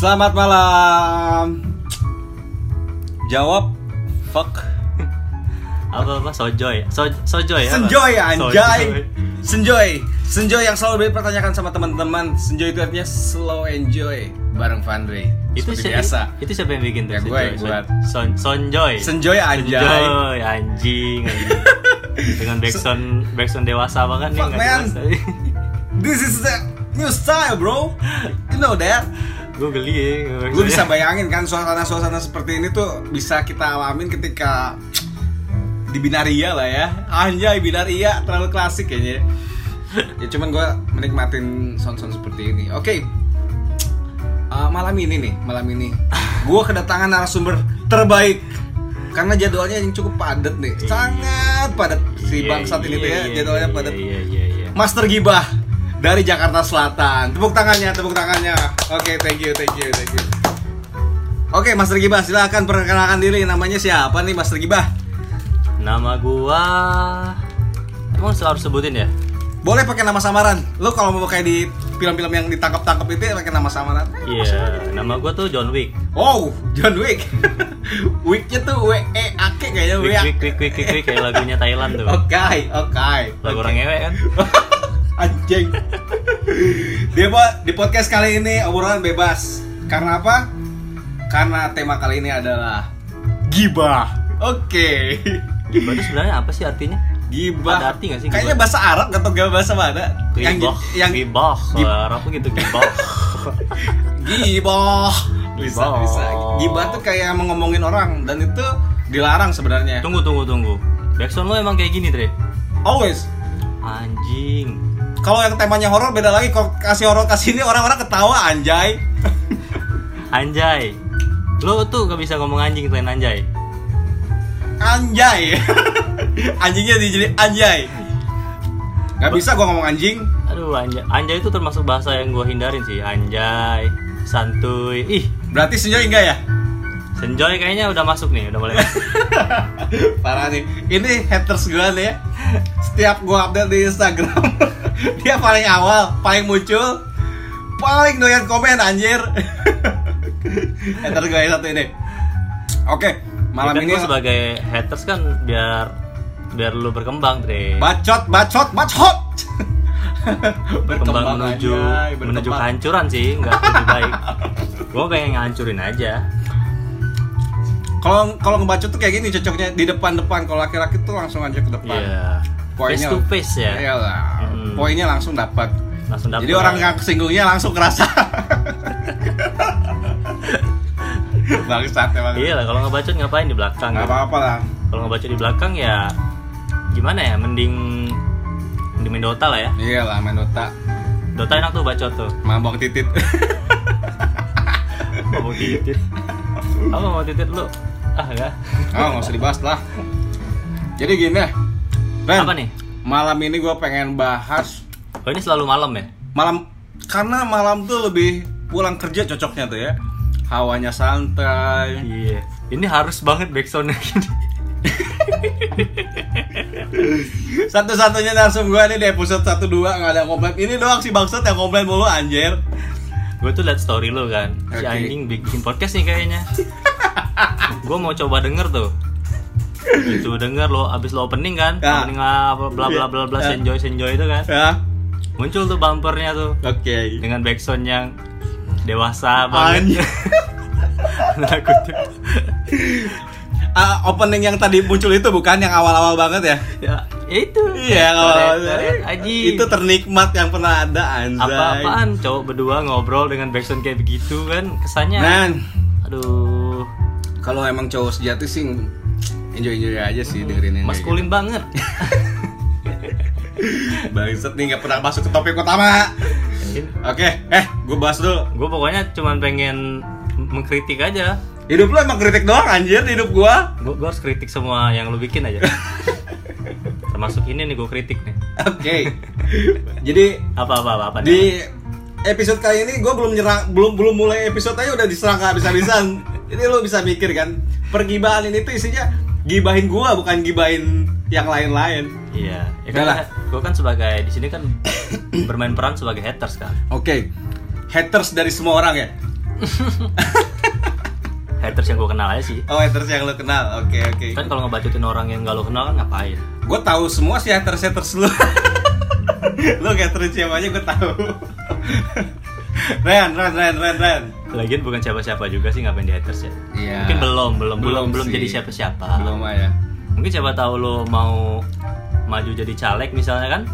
Selamat malam. Jawab. Fuck. Apa sojoy? Sojoy ya? Senjoy anjay. Senjoy yang selalu dipertanyakan sama teman-teman. Senjoy itu artinya slow enjoy bareng Vandre. Itu biasa. Itu siapa yang bikin tuh? Ya, gue yang buat. Sonjoy. Senjoy anjay. Senjoy anjing. Dengan backsound dewasa banget nih. Fuck man. This is the new style, bro. You know that? Gue geli ya. Gue bisa bayangin kan suasana seperti ini tuh bisa kita alamin ketika di Binaria lah ya. Anjay, Binaria terlalu klasik kayaknya. Ya cuman gue menikmatin sound-sound seperti ini. Oke. Malam ini gue kedatangan narasumber terbaik karena jadwalnya yang cukup padat nih. Sangat padat si bangsat ini tuh ya, jadwalnya padat. Master Gibah dari Jakarta Selatan. Tepuk tangannya. Oke, thank you. Oke, Master Gibah, silakan perkenalkan diri. Namanya siapa nih Master Gibah? Nama gua emang selalu sebutin ya? Boleh pakai nama samaran. Lo kalau mau kayak di film-film yang ditangkap itu ya pakai nama samaran. Iya, nama gua tuh John Wick. Oh, John Wick. Wick-nya tuh W-E-A-K kayaknya. Wick kayak lagunya Thailand tuh. Oke. Lagu orang ngewe kan? Anjing. Dia di podcast kali ini obrolan bebas. Karena apa? Karena tema kali ini adalah gibah. Oke. Gibah itu sebenarnya apa sih artinya? Gibah. Ada arti nggak sih? Kayaknya bahasa Arab atau gak bahasa mana? Gibah. Arab gitu gibah. Gibah. Bisa. Gibah tuh kayak ngomongin orang dan itu dilarang sebenarnya. Tunggu. Backsound lo emang kayak gini, Dre? Always. Anjing. Kalau yang temanya horor beda lagi. Kalau kasih horor kasih ini orang-orang ketawa anjay. Anjay. Lo tuh gak bisa ngomong anjing selain anjay. Anjay. Anjingnya jadi anjay. Gak bisa gua ngomong anjing. Aduh, anjay itu termasuk bahasa yang gua hindarin sih. Anjay, santuy. Ih, berarti senjoy enggak ya? Senjoy kayaknya udah masuk nih, udah mulai. Parah nih. Ini haters gua nih ya. Setiap gua update di Instagram, dia paling awal, paling muncul, paling doyan komen anjir. Haters gua yang satu ini. Oke, malam ya kan ini sebagai haters kan biar lu berkembang, Dre. Bacot. Berkembang menuju kehancuran sih, enggak lebih baik. Gua pengen ngancurin aja. Kalau ngebacot tuh kayak gini cocoknya di depan. Kalau laki-laki tuh langsung aja ke depan. Iya. Face to face ya. Iyalah. Poinnya langsung dapat. Jadi orang yang kesinggungnya langsung kerasa. Bangsat emang. Iya lah, kalau ngebacot ngapain di belakang? Enggak apa-apa lah. Kalau ngebacot di belakang ya gimana ya? Mending main Dota lah ya. Iya lah, main Dota. Dota enak tuh bacot tuh. Mabok titit. Mabok titit. Apa mau titit lu? Enggak. Nggak usah dibahas lah. Jadi gini ya, Ren, apa nih? Malam ini gue pengen bahas. Oh, ini selalu malam ya? Malam, karena malam tuh lebih pulang kerja cocoknya tuh ya. Hawanya santai. Iya. Ini harus banget backsoundnya gini. Satu-satunya langsung gue nih di episode 1-2 nggak ada komplain. Ini doang si bangsat yang komplain mulu anjir. Gue tuh liat story lo kan, si anjing bikin podcast nih kayaknya. Gue mau coba denger tuh. Itu denger lo, abis lo opening kan, opening apa bla bla bla bla senjoy itu kan. Ya. Muncul tuh bumpernya tuh. Oke. Dengan backsound yang dewasa banget. Aku tuh. Opening yang tadi muncul itu bukan yang awal-awal banget ya? Ya, itu. Iya, awal-awal. Itu ternikmat yang pernah ada anjay. Apa-apaan cowok berdua ngobrol dengan backsound kayak begitu kan, kesannya. Aduh. Kalau emang cowok sejati sih enjoy aja sih dengerin yang maskulin banget. Bangsat nih nggak pernah masuk ke topik utama. Oke, gue bahas dulu. Gue pokoknya cuman pengen mengkritik aja. Hidup lu emang kritik doang anjir, hidup gua harus kritik semua yang lu bikin aja. Termasuk ini nih gue kritik nih. Oke. Jadi apa di episode kali ini gue belum mulai episode aja udah diserang habis-habisan. Ini lu bisa mikir kan, pergibahan ini tuh isinya gibahin gua bukan gibahin yang lain-lain. Iya, ya kan gua kan sebagai di sini kan bermain peran sebagai haters kan. Oke. Haters dari semua orang ya. Haters yang gue kenal aja sih. Oh, haters yang lo kenal. Oke. Kan kalau ngebacotin orang yang gak lo kenal kan ngapain? Gue tahu semua sih haters lu. Lo haters siapa aja gue tahu. Ren. Lagian bukan siapa-siapa juga sih, ngapain di haters ya? Iya. Mungkin belum sih. jadi siapa-siapa. Belum ya. Mungkin siapa tahu lo mau maju jadi caleg misalnya kan?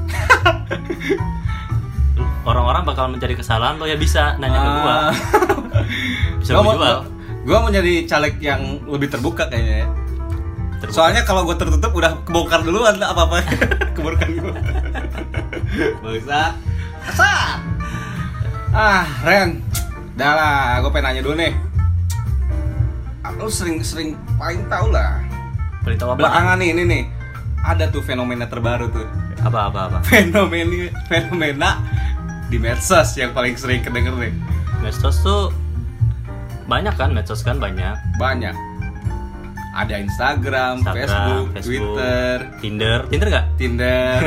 Orang-orang bakal mencari kesalahan lo, ya bisa nanya ke gua. Bisa gua jual. Gua mau jadi caleg yang lebih terbuka kayaknya ya. Soalnya kalau gua tertutup udah kebongkar duluan apa-apa. Keburukan gua. Bangsat. Asal. Ren. Dah lah, gua pengen nanya dulu nih. Lu sering paling tahu lah. Paling tahu apa? Belakangan nih, ini nih. Ada tuh fenomena terbaru tuh. Apa? Fenomena di medsos yang paling sering kedenger nih. Medsos tuh banyak kan, banyak. Ada Instagram, Facebook, Twitter, Tinder nggak? Tinder.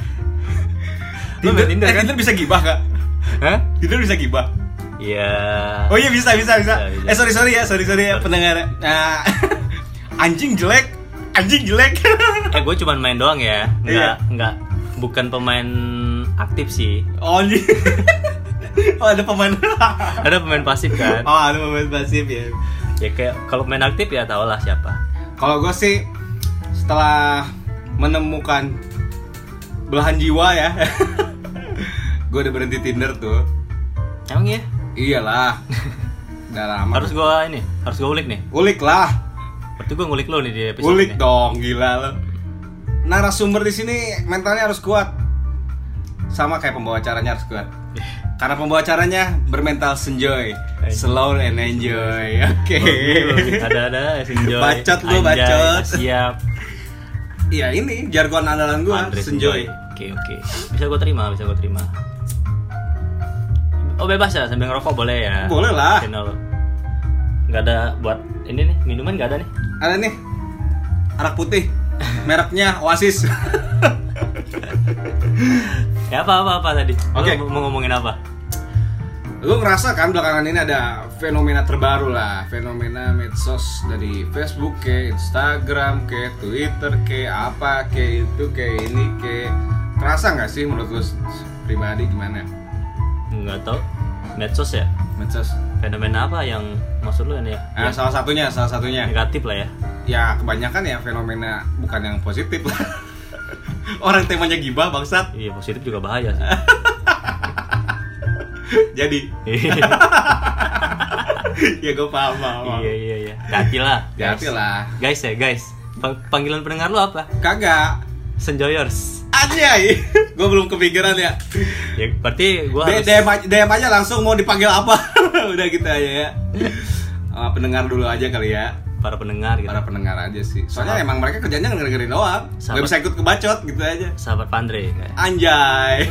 Lu main Tinder kan? Tinder bisa gibah kak? Hah? Tinder bisa gibah? Iya. Oh iya bisa. Sorry ya pendengar. Anjing jelek. Gue cuman main doang ya, nggak bukan pemain aktif sih. Oh anjing. Oh ada pemain. Ada pemain pasif kan? Oh ada pemain pasif ya. Ya kayak kalau main aktif ya tau lah siapa. Kalau gue sih setelah menemukan belahan jiwa ya, gue udah berhenti Tinder tuh. Emang iya? Iyalah. Udah lama. Harus gue ulik nih. Ulik lah. Berarti gue ngulik lo nih di episode ulik ini. Dong, gila lo. Narasumber di sini mentalnya harus kuat. Sama kayak pembawa acaranya harus kuat. Karena pembawa acaranya bermental senjoy, slow and enjoy. Oke. Ada senjoy. Bacot lu, bacot. Siap. Iya ini jargon andalan gua, senjoy. Oke. Bisa gue terima. Oh bebas ya, sambil ngerokok boleh ya? Boleh lah. Channel. Nggak ada buat ini nih, minuman nggak ada nih? Ada nih, arak putih, mereknya Oasis. Ya apa tadi? Oke. Lu mau ngomongin apa? Lu ngerasa kan belakangan ini ada fenomena terbaru lah, fenomena medsos dari Facebook ke Instagram ke Twitter ke apa ke itu ke ini ke, kerasa nggak sih menurut lu pribadi gimana? Nggak tahu. Medsos ya? Medsos. Fenomena apa yang maksud lu ini ya? Nah, salah satunya. Negatif lah ya. Ya kebanyakan ya fenomena bukan yang positif lah. Orang temanya gibah bangsat. Iya, positif juga bahaya sih. Jadi. Ya gue paham. Iya. Hati lah. Guys. Panggilan pendengar lu apa? Kagak. Senjoyers. Anjay. Gue belum kepikiran ya. Ya berarti gue harus DM aja langsung mau dipanggil apa. Udah gitu aja ya. Pendengar dulu aja kali ya. Para pendengar gitu. Para pendengar aja sih. Soalnya emang mereka kerjanya ngedengerin doang. Gak bisa ikut kebacot gitu aja. Sahabat Pandre kayak. Anjay.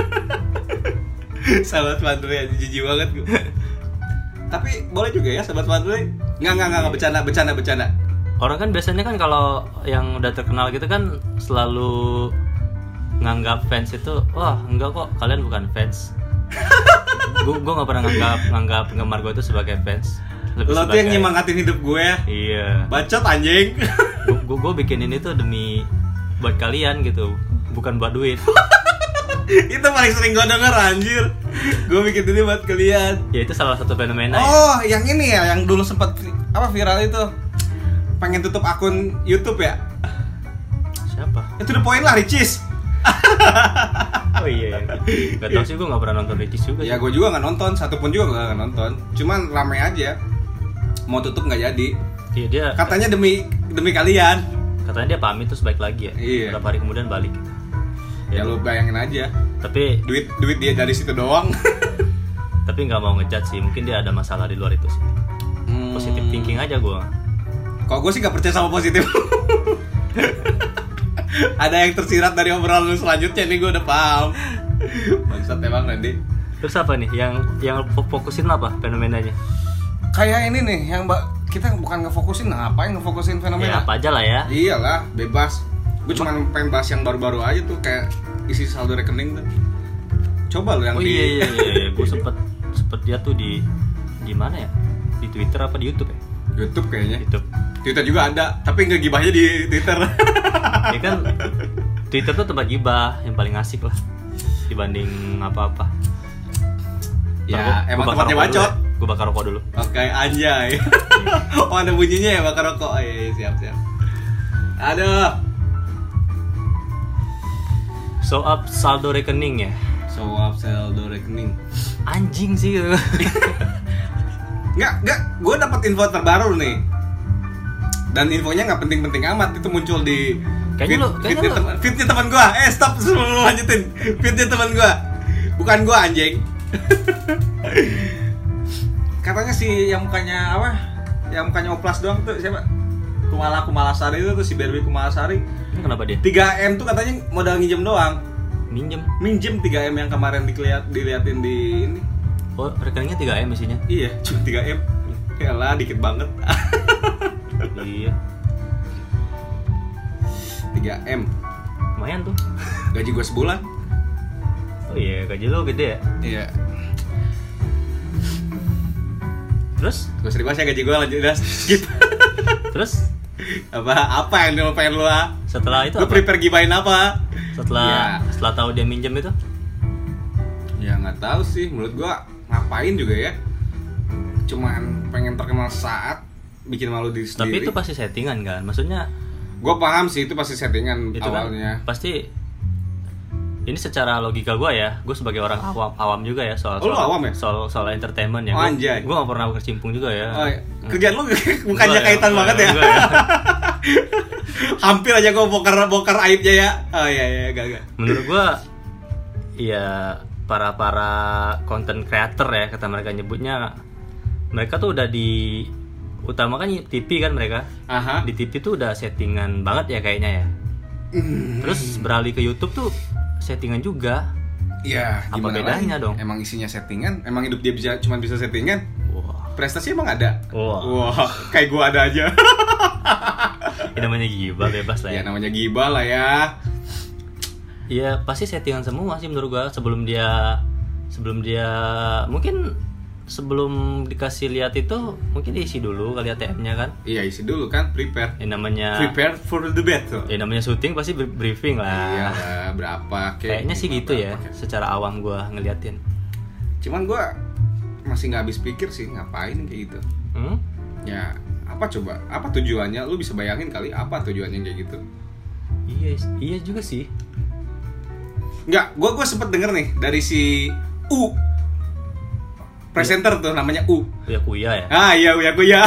Sahabat Pandre aja jijik banget gue. Tapi boleh juga ya sahabat Pandre. Enggak bercanda. Orang kan biasanya kan kalau yang udah terkenal gitu kan selalu nganggap fans itu, wah enggak kok, kalian bukan fans. Gue nggak pernah nganggap penggemar gue itu sebagai fans. Lo tuh yang nyemangatin hidup gue ya? Iya. Bacot anjing. Gue bikin ini tuh demi buat kalian gitu, bukan buat duit. Itu paling sering gue denger anjir. Gue bikin ini buat kalian. Ya itu salah satu fenomena. Oh ya. Yang ini ya, yang dulu sempat viral itu, pengen tutup akun YouTube ya? Siapa? Itu the point lah, Ricis. Oh iya. Gak tau sih, gue gak pernah nonton Ricis juga. Ya gue juga gak nonton, satupun juga gak nonton. Cuman rame aja. Mau tutup gak jadi. Iya dia. Katanya demi kalian. Katanya dia pamit terus balik lagi ya. Iya. Berapa hari kemudian balik. Ya lu bayangin aja. Tapi duit dia dari situ doang. Tapi nggak mau ngejudge sih. Mungkin dia ada masalah di luar itu sih. Positive thinking aja gue. Kok gue sih nggak percaya sama positif. Ada yang tersirat dari obrolan lu selanjutnya nih, gue udah paham. Bangsat emang nanti. Terus apa nih? Yang fokusin apa fenomenanya? Kayak ini nih, yang kita bukan ngefokusin, ngapain ngefokusin fenomena? Ya apa aja lah ya. Iyalah, bebas. Gue cuma pengen bahas yang baru-baru aja tuh, kayak isi saldo rekening tuh. Coba lu yang Iya. Gue sempet dia tuh di Di mana ya? Di Twitter apa di YouTube ya? YouTube kayaknya. YouTube. Twitter juga ada, tapi nggak gibahnya di Twitter. Ya kan Twitter tuh tempat gibah yang paling asik lah dibanding apa-apa. Ya, emang tempatnya bacot. Gue bakar rokok dulu. Oke, anjay. Oh, ada bunyinya ya bakar rokok. Oh, iya, siap. Aduh. Show up saldo rekening ya. Show up saldo rekening. Anjing sih. Enggak, gue dapat info terbaru nih. Dan infonya nggak penting-penting amat, itu muncul di feednya teman gue. Stop sebelum lu lanjutin. Feednya teman gue, bukan gue anjing. Katanya si yang mukanya apa? Yang mukanya oplas doang tuh siapa? Kumalasari itu tuh si Barbie Kumalasari. Kenapa dia? 3M tuh katanya modal nginjem doang. Minjem 3M yang kemarin diliatin di ini. Oh, rekeningnya 3M isinya? Iya, cuma 3M. Yalah, dikit banget. Iya. 3M. Lumayan tuh. Gaji gue sebulan. Oh iya, gaji lo gede ya? Iya. Terus? Gak usah dibahas ya gaji gue, lanjut udah skip. Terus? Apa yang lo pengen lu lah? Setelah itu lu prepare gibahin apa? Setelah tahu dia minjem itu? Ya nggak tahu sih, menurut gue ngapain juga ya? Cuman pengen terkenal saat bikin malu diri sendiri. Tapi itu pasti settingan kan? Maksudnya gue paham sih itu pasti settingan itu awalnya. Kan pasti ini secara logika gue ya, gue sebagai orang awam juga ya soal awam ya? soal entertainment ya. Anjay. Gue gak pernah berkecimpung juga ya. Oh, iya. Kerjaan lu bukannya kaitan banget ya? Hampir aja gue bokar aibnya ya. Oh iya gak. Menurut gue ya para content creator ya kata mereka nyebutnya, mereka tuh udah utamakan TV kan mereka. Aha. Di TV tuh udah settingan banget ya kayaknya ya. Terus beralih ke YouTube tuh settingan juga. Iya, apa bedanya lagi? Dong? Emang isinya settingan? Emang hidup dia cuma bisa settingan? Wah. Prestasi emang ada? Wah, kayak gua ada aja. Ini namanya gibah, bebas lah ya. Ya namanya gibah lah ya. Iya, pasti settingan semua sih menurut gua sebelum dia mungkin sebelum dikasih lihat itu mungkin diisi dulu kali ATM-nya kan? Iya, isi dulu kan, prepare. Prepare for the battle. Ya namanya syuting pasti briefing lah. Iya, berapa kayaknya sih gitu ya, secara awam gua ngeliatin. Cuman gua masih nggak habis pikir sih ngapain kayak gitu. Ya, apa coba? Apa tujuannya? Lu bisa bayangin kali apa tujuannya kayak gitu? Iya juga sih. Nggak, gua sempet denger nih dari si U. Presenter tuh namanya U. Uya ya? Ah iya Uya.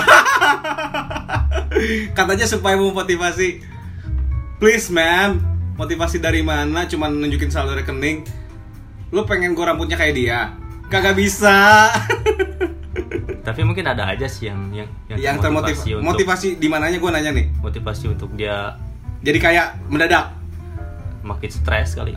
Katanya supaya memotivasi. Please man, motivasi dari mana? Cuman nunjukin saldo rekening. Lu pengen gue rambutnya kayak dia? Kagak bisa. Tapi mungkin ada aja sih yang termotivasi. Motivasi di mananya gue nanya nih? Motivasi untuk dia jadi kayak mendadak. Makin stres kali.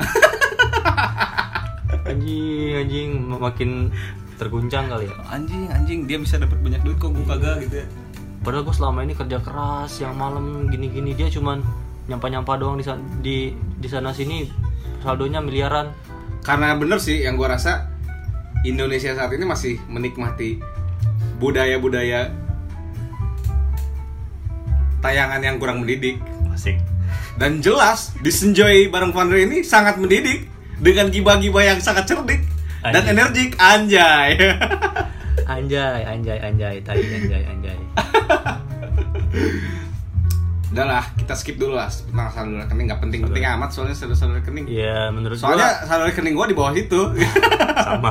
Anjing makin terguncang kali ya. Anjing dia bisa dapat banyak duit kok gue kagak gitu ya. Padahal gue selama ini kerja keras yang malam gini dia cuman nyampa doang di sana sini, saldonya miliaran. Karena bener sih yang gue rasa Indonesia saat ini masih menikmati budaya tayangan yang kurang mendidik. Asik. Dan jelas Disenjoy bareng Founder ini sangat mendidik dengan gibah-gibah yang sangat cerdik. Dan energik, anjay. Anjay. Udah lah, kita skip dulu lah tentang saldo rekening, nggak penting-penting amat soalnya saldo rekening. Iya, menurut soalnya saldo rekening gua di bawah situ. Sama.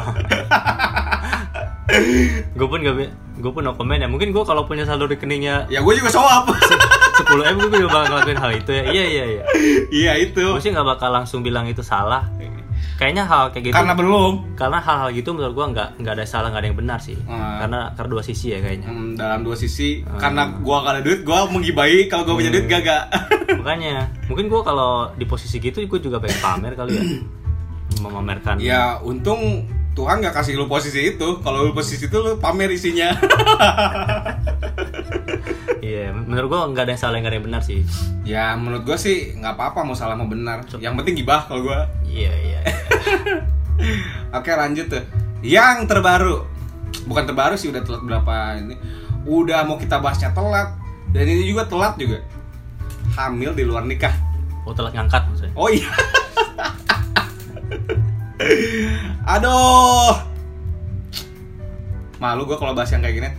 Gue pun no comment ya. Mungkin gue kalau punya saldo rekeningnya, ya gue juga show up 10M gue juga bakal ngelakuin hal itu ya. Iya. Iya itu. Gue sih nggak bakal langsung bilang itu salah. Kayaknya hal kayak gitu. Karena hal-hal gitu menurut gue nggak ada salah, nggak ada yang benar sih. Karena dua sisi ya kayaknya. Dalam dua sisi. Karena gue gak ada duit, gue menggibahi. Kalau gue punya duit gak. Makanya mungkin gue kalau di posisi gitu gue juga pengen pamer kali ya. Memamerkan. Ya untung Tuhan gak kasih lu posisi itu. Kalau lu posisi itu lu pamer isinya. Iya, menurut gue nggak ada yang salah, nggak ada yang benar sih. Ya menurut gue sih nggak apa-apa mau salah mau benar. Yang penting gibah kalau gue. Iya. Oke lanjut tuh. Yang terbaru bukan terbaru sih, udah telat berapa ini. Udah mau kita bahasnya telat. Dan ini juga telat juga. Hamil di luar nikah. Oh, telat ngangkat maksudnya. Oh iya. Aduh. Malu gue kalau bahas yang kayak gini.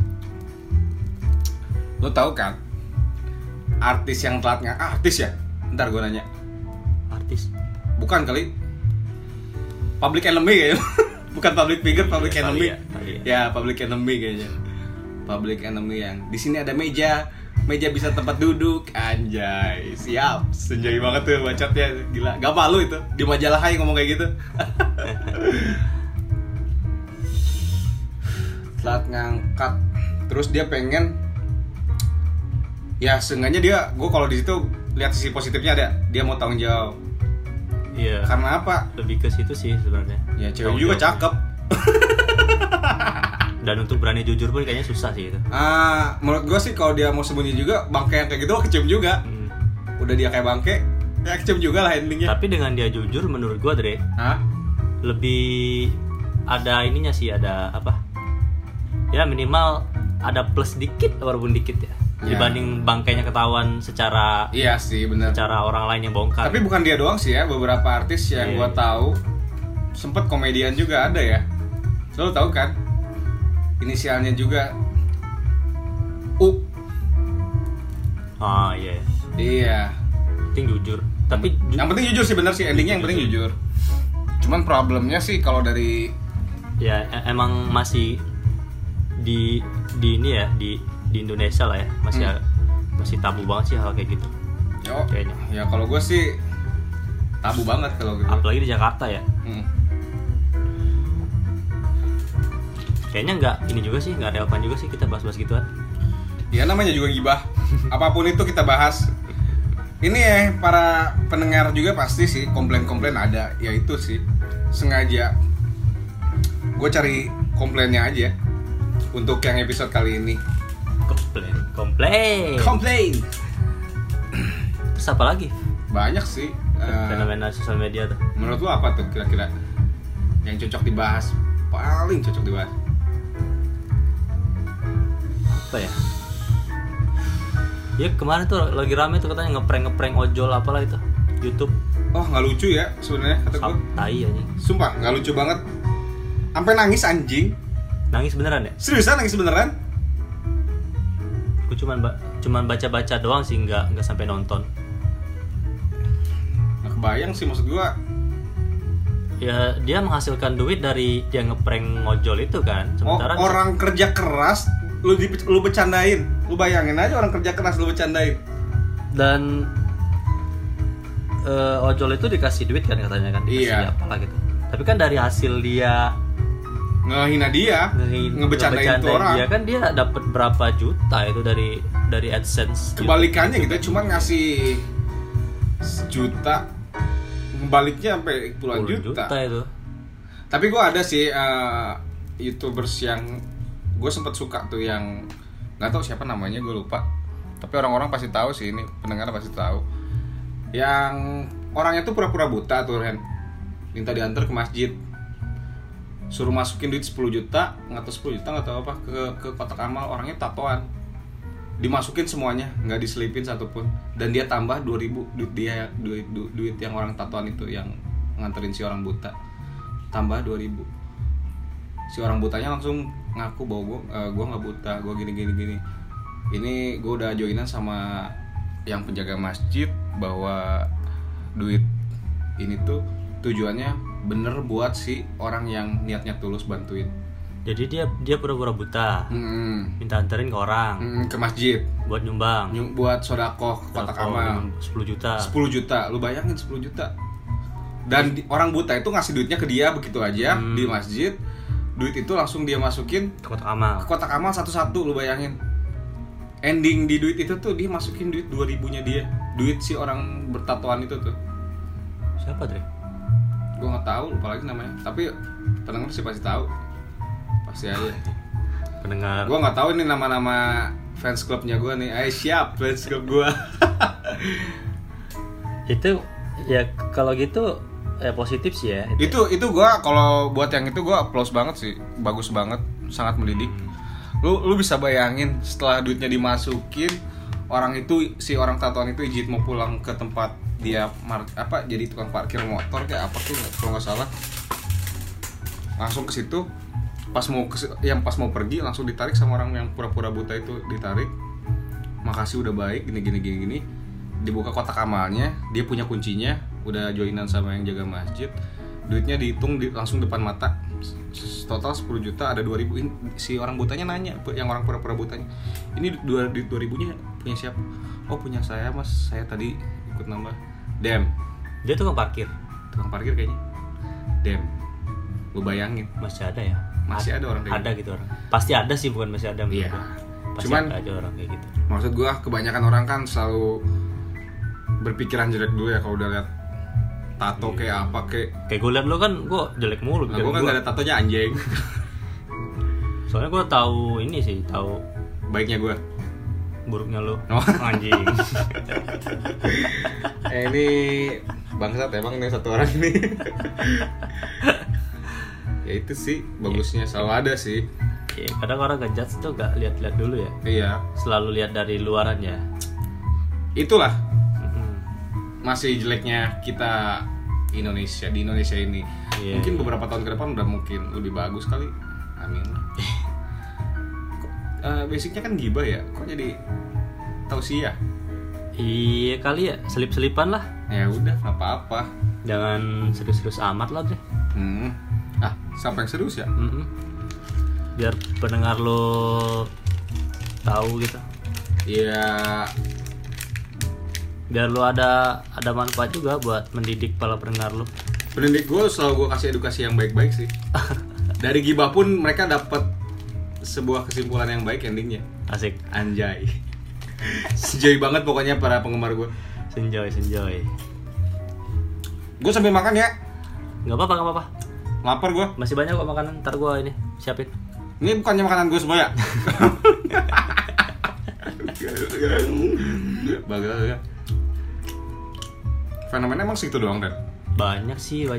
Lo tahu kan? Artis yang telat artis ya? Ntar gue nanya. Artis? Bukan kali. Public enemy kayaknya. Bukan public figure, public enemy. Ya, public enemy kayaknya. Public enemy yang di sini ada meja bisa tempat duduk, anjay, siap, senjai banget tuh bacotnya, gila, gak malu itu di majalah Hai ngomong kayak gitu. Telat ngangkat, terus dia pengen, ya seenggaknya gue kalau di situ lihat sisi positifnya ada, dia mau tanggung jawab. Iya. Karena apa? Lebih ke situ sih sebenarnya. Ya cewek juga cakep. Dan untuk berani jujur pun kayaknya susah sih itu. Menurut gue sih kalau dia mau sembunyi juga, bangke yang kayak gitu kecium juga. Udah dia kayak bangke, ya kecium juga lah endingnya. Tapi dengan dia jujur menurut gue Dre, lebih ada ininya sih, ada apa? Ya minimal ada plus dikit walaupun dikit ya. Dibanding bangkainya ketahuan secara. Iya sih benar. Secara orang lain yang bongkar. Tapi bukan dia doang sih ya, beberapa artis yang gue tahu sempet komedian juga ada ya. Lo tahu kan? Inisialnya juga U. Iya. Iya. Penting jujur. Tapi yang penting jujur sih, bener sih, endingnya yang penting jujur. Cuman problemnya sih kalau dari ya emang masih di ini ya, di Indonesia lah ya, masih tabu banget sih hal kayak gitu. Kayaknya. Ya kalau gue sih tabu banget kalau gitu. Apalagi di Jakarta ya. Kayaknya nggak relevan juga sih kita bahas-bahas gituan. Ya namanya juga gibah. Apapun itu kita bahas. Ini ya para pendengar juga pasti sih komplain-komplain ada. Ya itu sih sengaja gue cari komplainnya aja untuk yang episode kali ini. Komplain. Terus apa lagi? Banyak sih fenomena sosial media tuh. Menurut lu apa tuh kira-kira yang cocok dibahas? Paling cocok dibahas apa ya? Ya kemarin tuh lagi rame tuh katanya ngeprank ojol apalah itu YouTube. Oh nggak lucu ya sebenarnya kata gue. Tai aja. Sumpah nggak lucu banget. Sampai nangis anjing. Nangis beneran ya? Seriusan nangis beneran? Gue cuman baca doang sih, nggak sampai nonton. Nggak kebayang sih maksud gue. Ya dia menghasilkan duit dari dia ngeprank ojol itu kan. Sementara orang kerja keras lu bercandain. Lu bayangin aja orang kerja keras lu bercandain. Dan ojol itu dikasih duit kan katanya kan, dikasih apalah gitu. Tapi kan dari hasil dia ngehina dia, ngebecandain tuh orang. Dia kan dia dapat berapa juta itu dari AdSense. Kebalikannya gitu, cuma ngasih sejuta, baliknya sampai puluhan juta itu. Tapi gue ada sih YouTubers yang gue sempet suka tuh, yang nggak tahu siapa namanya, gue lupa. Tapi orang-orang pasti tahu sih, ini pendengar pasti tahu. Yang orangnya tuh pura-pura buta tuh Ren, minta diantar ke masjid, suruh masukin duit 10 juta, nggak tahu 10 juta nggak tahu apa, ke kotak amal. Orangnya tatoan, dimasukin semuanya, nggak diselipin satupun. Dan dia tambah 2.000 duit dia, duit yang orang tatoan itu yang nganterin si orang buta, tambah 2.000. Si orang butanya langsung ngaku bahwa gue nggak buta, gue gini. Ini gue udah joinan sama yang penjaga masjid bahwa duit ini tuh tujuannya bener buat si orang yang niatnya tulus bantuin. Jadi dia pura-pura buta, minta anterin ke orang, ke masjid buat nyumbang, buat sodakoh kotak amal 10 juta. 10 juta, lu bayangin 10 juta. Dan orang buta itu ngasih duitnya ke dia begitu aja di masjid. Duit itu langsung dia masukin ke kotak amal satu-satu, lu bayangin. Ending di duit itu tuh dia masukin duit 2.000-nya dia, duit si orang bertatoan itu tuh. Siapa Dre? Gue nggak tahu, lupa lagi namanya. Tapi pendengar sih pasti tahu, pasti aja. Pendengar. Gue nggak tahu ini nama-nama fans clubnya gue nih. Siap fans club gue. Itu ya kalau gitu positif sih ya. Itu gue kalau buat yang itu gue applause banget sih, bagus banget. sangat mendidik. Lu bisa bayangin setelah duitnya dimasukin, si orang tatoan itu izin mau pulang ke tempat dia jadi tukang parkir motor kayak apa tuh kalau nggak salah, langsung ke situ. Pas mau pergi langsung ditarik sama orang yang pura-pura buta itu, ditarik, makasih udah baik gini, dibuka kotak amalnya, dia punya kuncinya, udah joinan sama yang jaga masjid, duitnya dihitung langsung depan mata, total 10 juta, ada 2.000. Si orang butanya nanya, yang orang pura-pura butanya, ini duit 2.000-nya punya siapa? Oh punya saya mas, saya tadi ikut nambah. Dem, dia tukang parkir kayaknya. Dem, lu bayangin masih ada ya? Masih ada orang kayak ada gitu orang. Pasti ada sih, bukan masih ada. Iya. Pasti Cuman ada aja orang kayak gitu. Maksud gua kebanyakan orang kan selalu berpikiran jelek dulu ya kalau udah lihat tato kayak apa kayak gue liat lo kan gue jelek mulu. Nah, gue kan gak ada tatonya anjing. Soalnya gue tahu ini sih, tahu baiknya gue, buruknya lo. Oh. Anjing. Ini bangsat emang nih satu orang ini. Ya itu sih bagusnya selalu ada sih. Ya, kadang orang ngejudge tuh gak lihat-lihat dulu ya. Iya. Selalu lihat dari luaran ya. Itulah masih jeleknya kita di Indonesia ini. Mungkin beberapa tahun ke depan udah mungkin lebih bagus kali. Amin. Basicnya kan gibah ya. Kok jadi tausiah? Iya kali ya, selip-selipan lah. Ya udah, nggak apa-apa. Jangan serius-serius amat lah deh. Sampai yang serius ya? Biar pendengar lo tahu gitu. Iya. Biar lo ada manfaat juga buat mendidik para pendengar lo. Pendidik gue selalu gue kasih edukasi yang baik-baik sih. Dari gibah pun mereka dapat sebuah kesimpulan yang baik endingnya. Asik. Anjay. Senjoy banget pokoknya para penggemar gue. Senjoy. Gue sambil makan ya. Gak apa-apa. Lapar gue. Masih banyak kok makanan, ntar gue ini siapin. Ini bukannya makanan gue semua ya? Bagus ya. Fenomena emang segitu doang Dan? Banyak.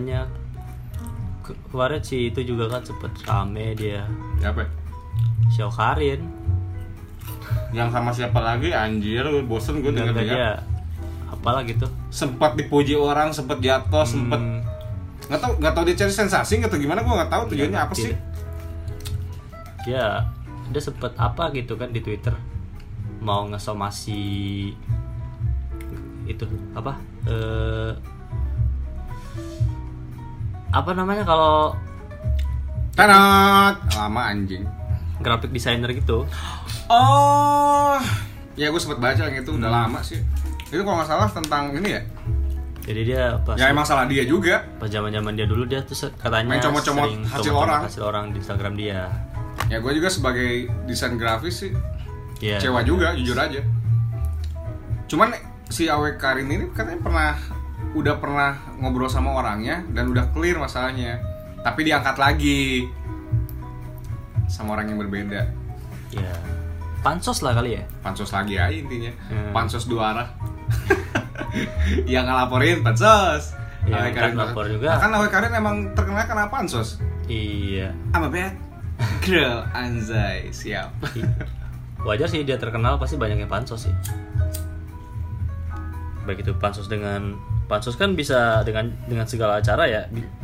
Kemarin sih itu juga kan sempet rame dia. Ya apa? Xiao Karin. Yang sama siapa lagi? Anjir, bosen gue denger dia. Apalah gitu. Sempat dipuji orang, sempat jatuh, sempat nggak tahu dia cari sensasi atau gimana, gue nggak tahu tujuannya apa sih. Dia sempet apa gitu kan di Twitter, mau ngesomasi itu apa namanya kalau tanat lama anjing, graphic designer gitu. Oh ya, gue sempet baca yang itu udah lama sih. Itu kalau nggak salah tentang ini ya. Jadi dia pas ya emang salah dia juga. Pas zaman dia dulu dia tuh katanya main comot-comot hasil orang di Instagram dia. Ya gue juga sebagai desain grafis sih kecewa juga, jujur aja. Cuman si Awe Karin ini katanya udah pernah ngobrol sama orangnya dan udah clear masalahnya, tapi diangkat lagi sama orang yang berbeda. Ya pansos lah kali ya. Pansos lagi aja intinya. Pansos dua arah. Yang ngelaporin pansos. Ya, Awe Karin lapor juga. Kan Awe Karin emang terkenal karena pansos. Iya. I'm a bad girl, anjay, siap. Wajar sih dia terkenal, pasti banyak yang pansos sih. Baik itu pansos kan bisa dengan segala cara ya.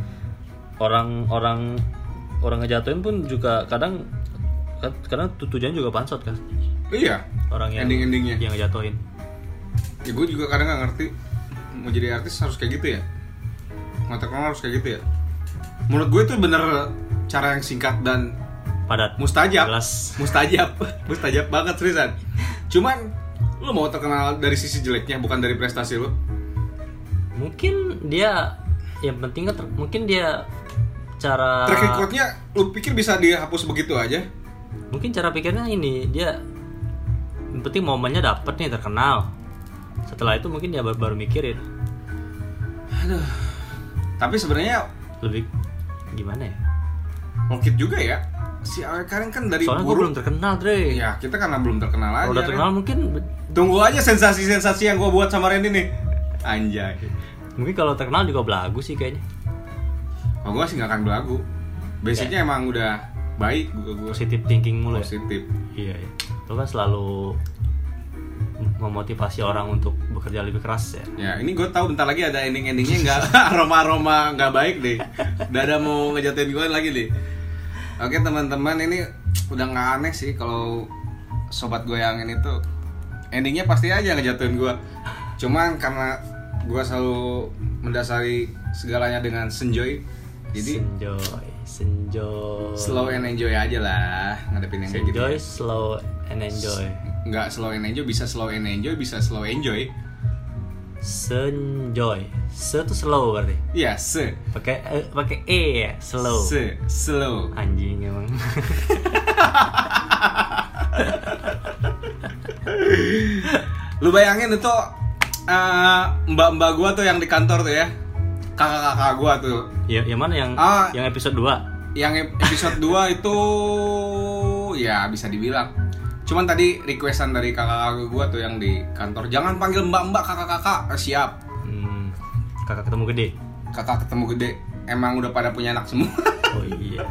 Orang ngejatuhin pun juga kadang karena tujuannya juga pansot kan. Iya. Orang yang ending-endingnya yang ngejatuhin. Ya gue juga kadang nggak ngerti, mau jadi artis harus kayak gitu ya, mau terkenal harus kayak gitu ya. Menurut gue itu bener cara yang singkat dan padat, mustajab. Mustajab banget seriusan. Cuman lu mau terkenal dari sisi jeleknya, bukan dari prestasi lu. Mungkin dia yang penting kan mungkin dia cara track recordnya lu pikir bisa dihapus begitu aja? Mungkin cara pikirnya ini, dia yang penting momennya dapet nih, terkenal. Setelah itu mungkin dia baru mikirin. Aduh. Tapi sebenarnya lebih gimana ya? Mungkin juga ya. Si Awe Karin kan dari soalnya gue belum terkenal, Dre. Ya, kita karena belum terkenal aja. Kalau udah terkenal mungkin tunggu aja sensasi-sensasi yang gue buat sama Randy nih. Anjay. Mungkin kalau terkenal juga belagu sih kayaknya. Oh, gue sih gak akan belagu. Basicnya emang udah baik gue positive thinking mulu. Positif. Iya. Lo kan selalu memotivasi orang untuk bekerja lebih keras ya. Ya ini gue tahu bentar lagi ada endingnya nggak aroma nggak baik deh. Udah ada mau ngejatuhin gue lagi deh. Oke teman-teman, ini udah nggak aneh sih kalau sobat gue yang ini tuh endingnya pasti aja ngejatuhin gue. Cuman karena gue selalu mendasari segalanya dengan senjoy, jadi senjoy slow and enjoy aja lah ngadepin yang kayak gitu. Senjoy, slow and enjoy. Nggak slow and enjoy, bisa slow and enjoy, bisa slow enjoy. Senjoy, se tuh slow berarti. Iya, se. Pakai e ya, slow. Slow. Anjing emang. Lu bayangin itu mbak-mbak gua tuh yang di kantor tuh ya. Kakak-kakak gua tuh. Ya, yang mana yang episode 2? Yang episode 2 itu ya bisa dibilang. Cuman tadi requestan dari kakak-kakak gue tuh yang di kantor, jangan panggil mbak-mbak, kakak-kakak. Siap. Kakak ketemu gede. Kakak ketemu gede. Emang udah pada punya anak semua. Oh iya.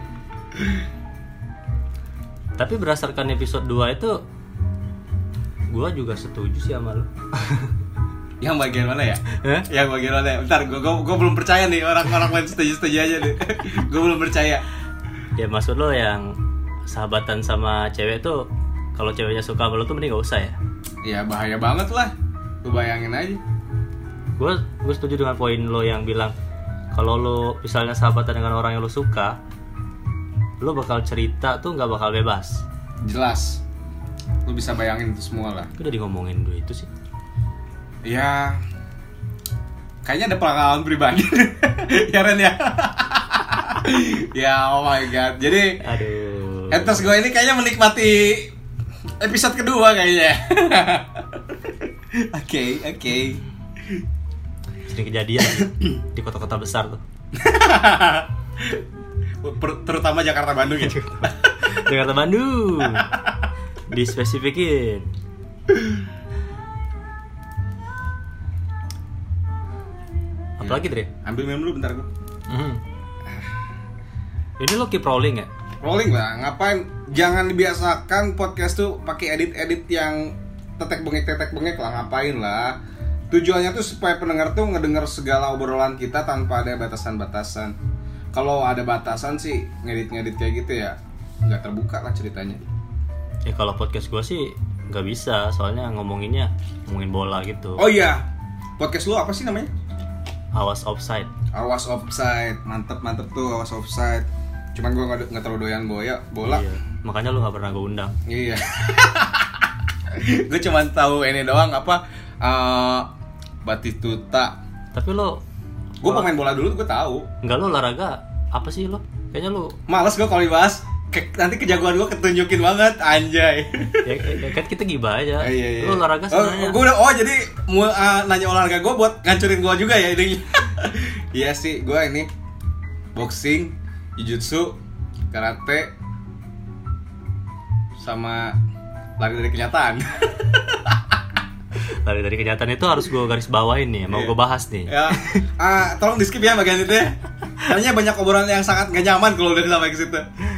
Tapi berdasarkan episode 2 itu, gue juga setuju sih sama lo. Yang bagian mana ya? Yang bagian mana ya? Bentar, gue belum percaya nih, orang-orang lain setuju-setuju aja deh. Gue belum percaya. Ya maksud lo yang sahabatan sama cewek tuh, kalau ceweknya suka sama lo tuh mending gak usah ya? Ya bahaya banget lah. Lu bayangin aja. Gue setuju dengan poin lo yang bilang kalau lo misalnya sahabatan dengan orang yang lo suka, lo bakal cerita tuh gak bakal bebas. Jelas. Lu bisa bayangin itu semua lah. Udah ngomongin dulu itu sih. Ya kayaknya ada pengalaman pribadi. Ya Ren ya. Ya oh my god. Jadi aduh, etos gue ini kayaknya menikmati episode kedua kayaknya. Oke. Sering kejadian di kota-kota besar tuh. Terutama Jakarta Bandung ya. Jakarta Bandung. Dispesifikin. Apalagi Dre? Ambil minum dulu bentar gue. Ini lo keep rolling ya? Rolling lah, ngapain? Jangan dibiasakan podcast tuh pakai edit yang tetek bengek lah, ngapain lah. Tujuannya tuh supaya pendengar tuh ngedenger segala obrolan kita tanpa ada batasan-batasan. Kalau ada batasan sih ngedit kayak gitu ya nggak terbuka lah ceritanya. Ya kalau podcast gue sih nggak bisa, soalnya ngomongin bola gitu. Oh iya, podcast lu apa sih namanya? Awas Offside. Awas Offside, mantep tuh Awas Offside. Cuman gue nggak terlalu doyan bola. Iya, makanya lu nggak pernah gue undang. Iya. Gue cuma tahu ini doang apa Batistuta. Tapi lo, gue pemain bola dulu gue tahu. Enggak, lo olahraga apa sih lo? Kayaknya lo malas gue kalau dibahas. Nanti kejagoan gue ketunjukin banget, anjay. Ya kan kita gibah aja. Iya. Lo olahraga sebenarnya. Gue udah jadi nanya olahraga gue buat ngancurin gue juga ya ini. Iya sih, gue ini boxing, jiu-jitsu, karate, sama lari dari kenyataan. Lari dari kenyataan itu harus gue garis bawain nih, mau gue bahas nih. Ya, tolong di skip ya bagian itu ya. Karena banyak obrolan yang sangat gak nyaman kalau udah sampai ke situ.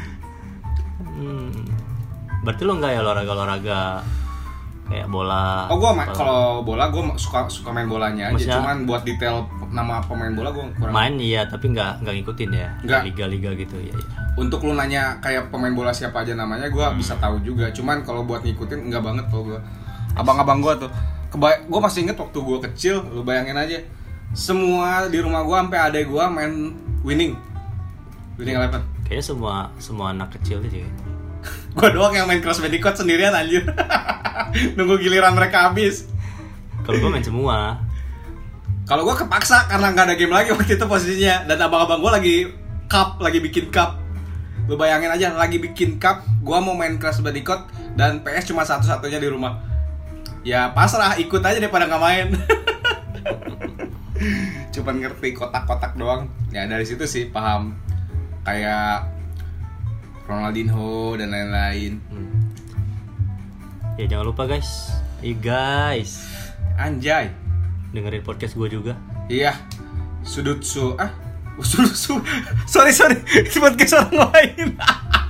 Berarti lo nggak ya olahraga kayak bola? Oh, gue kalau bola gue suka main bolanya aja. Maksudnya, cuman buat detail nama pemain bola gue kurang. Main iya, tapi nggak ngikutin ya. Nggak. Liga-liga gitu ya. Untuk lu nanya kayak pemain bola siapa aja namanya, gue bisa tahu juga. Cuman kalau buat ngikutin nggak banget kalau gue. Abang-abang gue tuh, gue masih inget waktu gue kecil. Lu bayangin aja, semua di rumah gue sampai adek gue main winning 11. Kayaknya semua anak kecil aja. Gue doang yang main Crash Bandicoot sendirian anjir. Nunggu giliran mereka habis. Kalau gue main semua. Kalau gue kepaksa karena nggak ada game lagi waktu itu posisinya. Dan abang-abang gue lagi bikin cup. Lu bayangin aja, lagi bikin cup. Gue mau main Crash Bandicoot dan PS cuma satu-satunya di rumah. Ya pasrah, ikut aja daripada nggak main. Cuman ngerti kotak-kotak doang. Ya dari situ sih paham kayak Ronaldinho dan lain-lain. Ya jangan lupa guys. Anjay, dengerin podcast gue juga. Iya. Sorry. Itu podcast orang lain.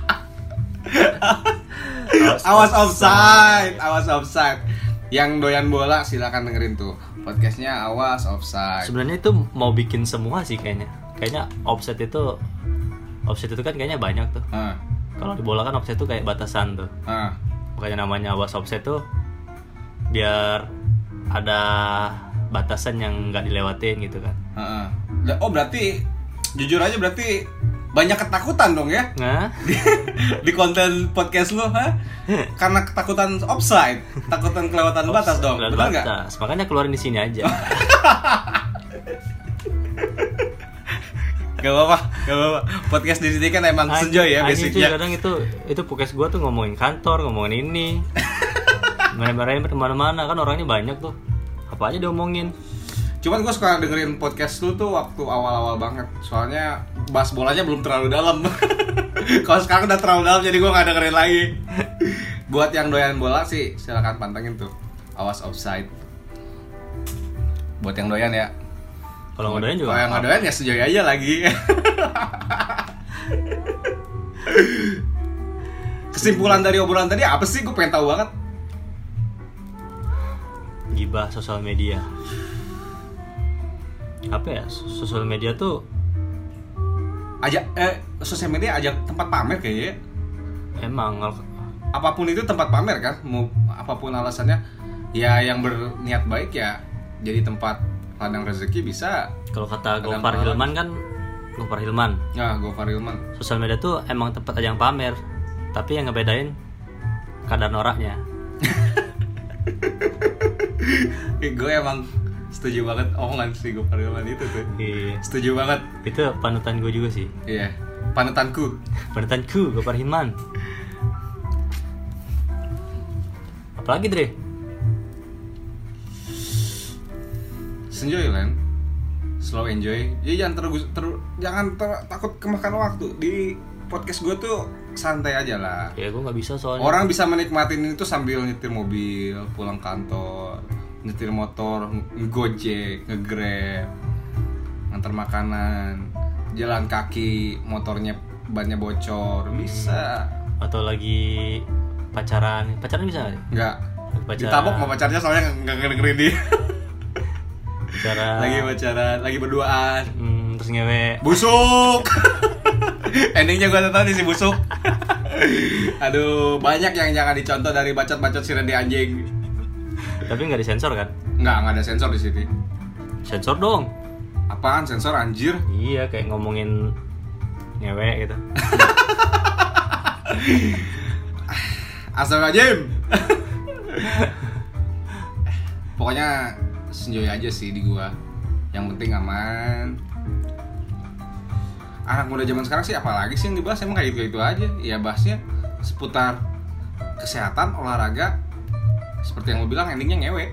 Awas offside. Yang doyan bola silakan dengerin tuh podcastnya Awas Offside. Sebenarnya itu mau bikin semua sih kayaknya. Kayaknya offside itu kan kayaknya banyak tuh. Kalau di bola kan offside itu kayak batasan tuh. Makanya namanya Awas Offside tuh biar ada batasan yang nggak dilewatin gitu kan. Oh berarti jujur aja berarti banyak ketakutan dong ya? Nah? di konten podcast lo, karena ketakutan offside, ketakutan kelewatan batas dong, benar nggak? Makanya keluarin di sini aja. Gak apa-apa. Podcast di sini kan emang senjoy ya basicnya. Kadang itu podcast gua tuh ngomongin kantor, ngomongin ini, marahin kemana-mana kan orangnya banyak tuh. Apa aja diomongin. Cuman gue suka dengerin podcast lu tuh waktu awal-awal banget. Soalnya bahas bolanya belum terlalu dalam. Kalau sekarang udah terlalu dalam jadi gue gak dengerin lagi. Buat yang doyan bola sih silakan pantengin tuh Awas Offside. Buat yang doyan ya. Kalau nggak doyan juga. Kalau yang nggak doyan ya sejoy aja lagi. Kesimpulan dari obrolan tadi apa sih? Gue pengen tahu banget. Gibah sosial media. Apa ya? Sosial media tuh sosial media ajak tempat pamer kayaknya. Emang apapun itu tempat pamer kan, mau apapun alasannya. Ya yang berniat baik ya jadi tempat ladang rezeki bisa. Kalau kata Gofar Hilman kan, Gofar Hilman. Ya, Gofar Hilman. Sosial media tuh emang tempat ajang pamer, tapi yang ngebedain kadar noraknya. Gue emang setuju banget omongan si Gofar Hilman itu tuh. Iya. Setuju banget. Itu panutan gue juga sih. Iya. Panutanku Gofar Hilman. Apalagi Dre? Enjoy kan, slow enjoy. Jadi jangan takut kemakan waktu. Di podcast gue tuh santai aja lah. Ya gue nggak bisa soalnya. Orang bisa menikmatin itu sambil nyetir mobil, pulang kantor, nyetir motor, ngegojek, ngegrab, ngantar makanan, jalan kaki, motornya bannya bocor, bisa. Atau lagi pacaran bisa nggak? Nggak. Ditabok sama pacarnya soalnya nggak dengerin dia. Lagi pacaran, lagi berduaan, terus ngewe busuk. Endingnya gue tahu nih si busuk. Aduh, banyak yang jangan dicontoh dari bacot-bacot si Randy anjing. Tapi nggak disensor kan? Nggak ada sensor di sini. Sensor dong. Apaan sensor anjir? Iya, kayak ngomongin ngewe gitu. Astagfirullahaladzim. Pokoknya enjoy aja sih di gua. Yang penting aman. Anak muda zaman sekarang sih apalagi sih yang dibahas, emang kayak gitu aja. Ya bahasnya seputar kesehatan, olahraga. Seperti yang lo bilang endingnya ngewe.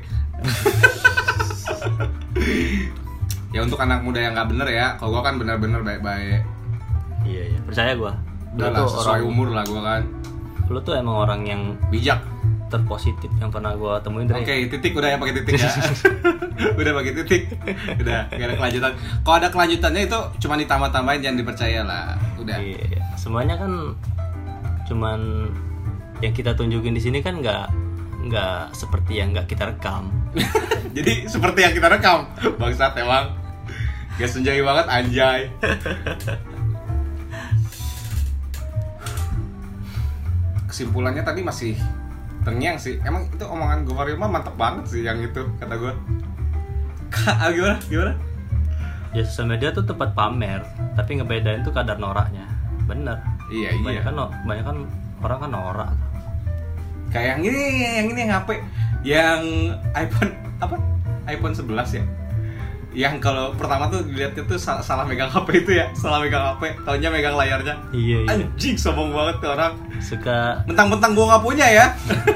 Ya untuk anak muda yang nggak bener ya. Kalau gua kan bener-bener baik-baik. Iya. Percaya gua. Udah lah sesuai umur lah gua kan. Lo tuh emang orang yang bijak, terpositif yang pernah gue temuin. Oke, titik udah ya, pakai titik ya. Udah pakai titik. Udah, gak ada kelanjutan. Kalau ada kelanjutannya itu cuma ditambah-tambahin, jangan dipercaya lah. Udah. Iya. Semuanya kan cuman yang kita tunjukin di sini kan nggak seperti yang nggak kita rekam. Jadi seperti yang kita rekam. Bangsat emang. Gak senjai banget anjay. Kesimpulannya tadi masih terngiang sih. Emang itu omongan Gofar Hilman mantep banget sih yang itu kata gue. Gimana? Ya sosial media tuh tempat pamer, tapi ngebedain tuh kadar noraknya. Bener. Iya. Banyak kan orang kan norak. Kayak yang ini yang HP, yang iPhone 11 ya. Yang kalau pertama tuh dilihatnya tuh salah megang HP itu ya, taunya megang layarnya. Iya. Anjing sombong banget tuh orang. Suka mentang-mentang gua nggak punya ya.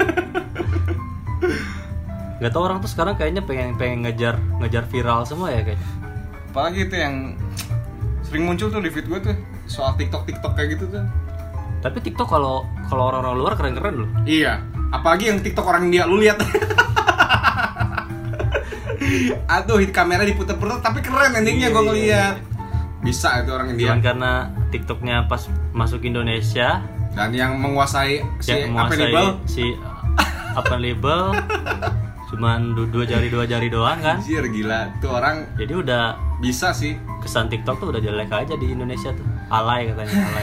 Gak tau orang tuh sekarang kayaknya pengen ngejar viral semua ya kayaknya. Apalagi itu yang sering muncul tuh di feed gua tuh soal TikTok kayak gitu tuh. Tapi TikTok kalau orang-orang luar keren-keren loh. Iya. Apalagi yang TikTok orang India, lu lihat. Aduh, kamera diputer-puter tapi keren endingnya gue ngeliat. Bisa itu orang India. Cuman karena TikToknya pas masuk Indonesia Dan yang menguasai si apa label cuman dua jari doang kan. Anjir gila tuh orang. Jadi udah bisa sih. Kesan TikTok tuh udah jelek aja di Indonesia tuh. Alay katanya, alay.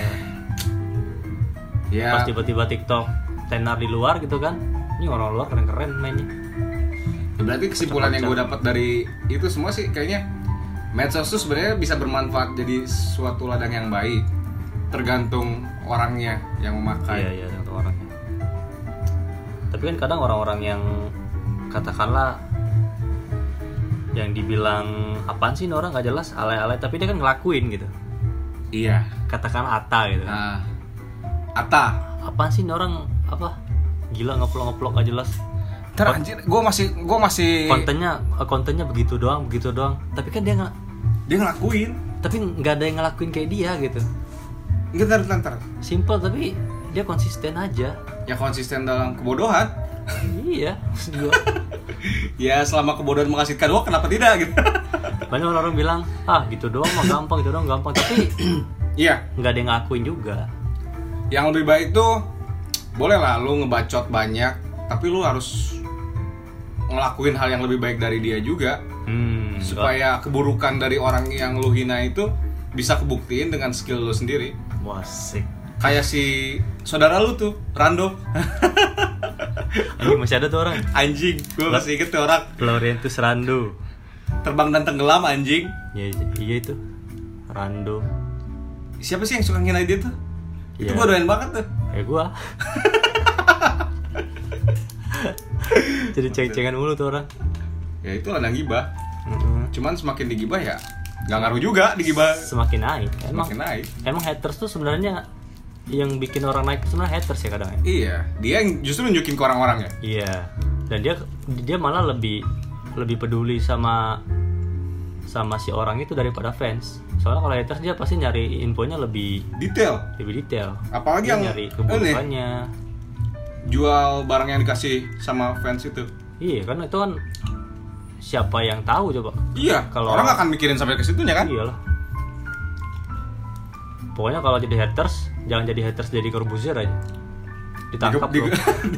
Ya. Pas tiba-tiba TikTok tenar di luar gitu kan. Ini orang luar keren-keren mainnya. Berarti kesimpulan yang gue dapat dari itu semua sih kayaknya medsos tuh sebenarnya bisa bermanfaat jadi suatu ladang yang baik. Tergantung orangnya yang memakai. Iya, tergantung orangnya. Tapi kan kadang orang-orang yang katakanlah yang dibilang apaan sih ini orang nggak jelas, alay-alay, tapi dia kan ngelakuin gitu. Iya. Katakanlah Atta gitu. Atta. Apaan sih ini orang apa? Gila ngeplok nggak jelas. Anjir, gue masih kontennya begitu doang. Tapi kan dia ngelakuin. Tapi nggak ada yang ngelakuin kayak dia gitu. Ntar. Simple tapi dia konsisten aja. Ya konsisten dalam kebodohan. Iya, maksud gua. Ya selama kebodohan menghasilkan uang kenapa tidak gitu. Banyak orang bilang, gitu doang mah gampang, gitu doang gampang. Tapi iya, nggak ada yang ngakuin juga. Yang lebih baik tuh boleh lah lu ngebacot banyak, tapi lu harus ngelakuin hal yang lebih baik dari dia juga. Supaya keburukan dari orang yang lu hina itu bisa kebuktiin dengan skill lu sendiri. Wasik. Kayak si saudara lu tuh, Rando. Anjing masih ada tuh orang. Anjing, gue masih inget tuh orang. Floriantus Rando. Terbang dan tenggelam anjing. Iya itu. Rando. Siapa sih yang suka ngina dia tuh? Ya. Itu gue doain banget tuh. Gue. Jadi ceng-cengan mulu tuh orang. Ya itu ladang gibah. Cuman semakin digibah ya nggak ngaruh juga digibah. Semakin naik. Emang haters tuh sebenarnya yang bikin orang naik sebenarnya haters ya kadang ya. Iya, dia yang justru nunjukin ke orang-orang ya. Iya. Dan dia malah lebih peduli sama si orang itu daripada fans. Soalnya kalau haters dia pasti nyari infonya lebih detail. Apalagi yang nyari keburukannya. Jual barang yang dikasih sama fans itu. Iya, kan itu kan siapa yang tahu coba? Iya, kalau orang akan mikirin sampai ke situnya kan? Iyalah. Pokoknya kalau jadi haters, jangan jadi haters jadi Corbuzier aja. Ditangkap bro.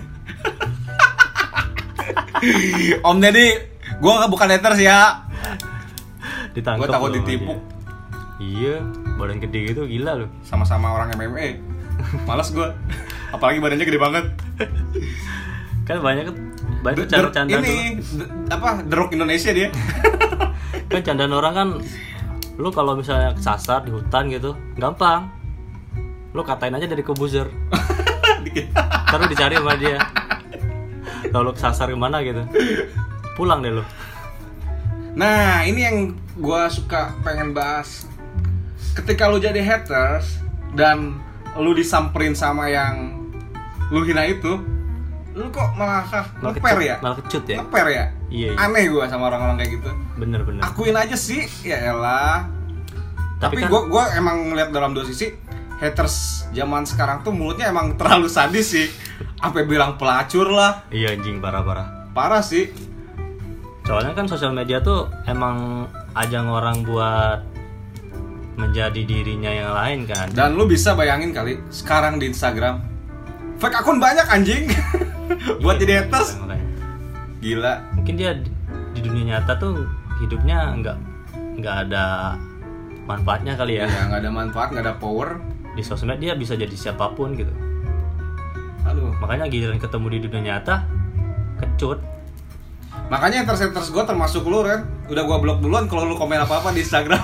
Om Deddy, gue bukan haters ya. Ditangkap. Gue takut ditipu. Iya, badan gede gitu gila loh. Sama-sama orang MMA. Malas gue. Apalagi badannya gede banget. Kan banyak canda-canda ini The Rock Indonesia dia. Kan candaan orang kan, lu kalau misalnya kesasar di hutan gitu gampang, lu katain aja dari Corbuzier. Ntar lu dicari sama dia. Kalau lu kesasar kemana gitu, pulang deh lu. Nah ini yang gue suka pengen bahas. Ketika lu jadi haters dan lu disamperin sama yang lu hina itu, lu kok malah ngeper ya? Malah kecut ya? Ngeper ya? Iya. Aneh gue sama orang-orang kayak gitu. Bener. Akuin aja sih, ya elah. Tapi kan, gue emang ngeliat dalam dua sisi. Haters zaman sekarang tuh mulutnya emang terlalu sadis sih. Sampai bilang pelacur lah. Iya anjing, parah. Parah sih. Soalnya kan sosial media tuh emang ajang orang buat menjadi dirinya yang lain kan. Dan lu bisa bayangin kali sekarang di Instagram fake akun banyak anjing. Buat jadi haters. Gila. Mungkin dia di dunia nyata tuh hidupnya nggak ada manfaatnya kali ya. Iya, nggak ada manfaat, nggak ada power. Di sosmed dia bisa jadi siapapun gitu. Aduh. Makanya giliran ketemu di dunia nyata kecut. Makanya haters gue termasuk lu Ren. Udah gue blok duluan kalau lu komen apa-apa di Instagram.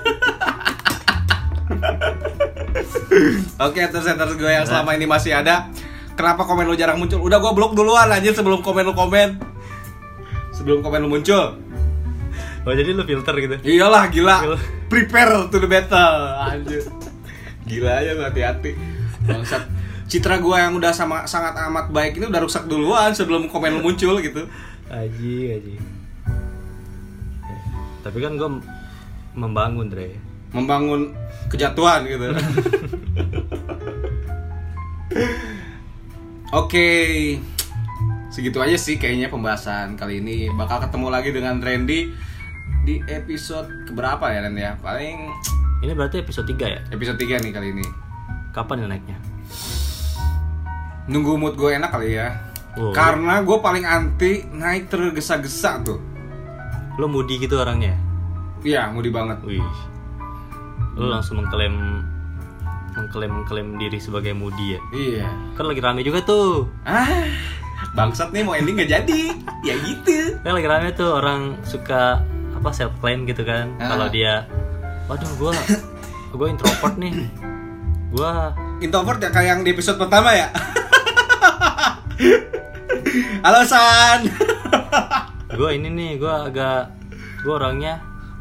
Oke, haters gue yang selama ini masih ada. Kenapa komen lu jarang muncul? Udah gue blok duluan aja sebelum komen lu muncul. Oh jadi lu filter gitu? Iyalah gila. Prepare to the battle. Anjir. Gila aja lu, hati-hati. Bangsat. Citra gue yang udah sangat amat baik ini udah rusak duluan sebelum komen lu muncul gitu. Aji. Tapi kan gue membangun Dre. Membangun kejatuhan gitu. Oke. Segitu aja sih kayaknya pembahasan kali ini. Bakal ketemu lagi dengan Randy di episode keberapa ya Ren ya? Paling ini berarti episode 3 ya? Episode 3 nih kali ini. Kapan ya naiknya? Nunggu mood gue enak kali ya. Karena gue paling anti naik tergesa-gesa tuh. Lo moody gitu orangnya? Iya, moody banget. Wih. Lo langsung mengklaim diri sebagai moody ya? Iya. Kan lagi rame juga tuh. Bangsat nih, mau ending gak jadi. Ya gitu. Kan lagi rame tuh orang suka self claim gitu kan. Kalau dia, waduh gue introvert nih. Gue introvert ya, kayak yang di episode pertama ya. Halo San. Gue orangnya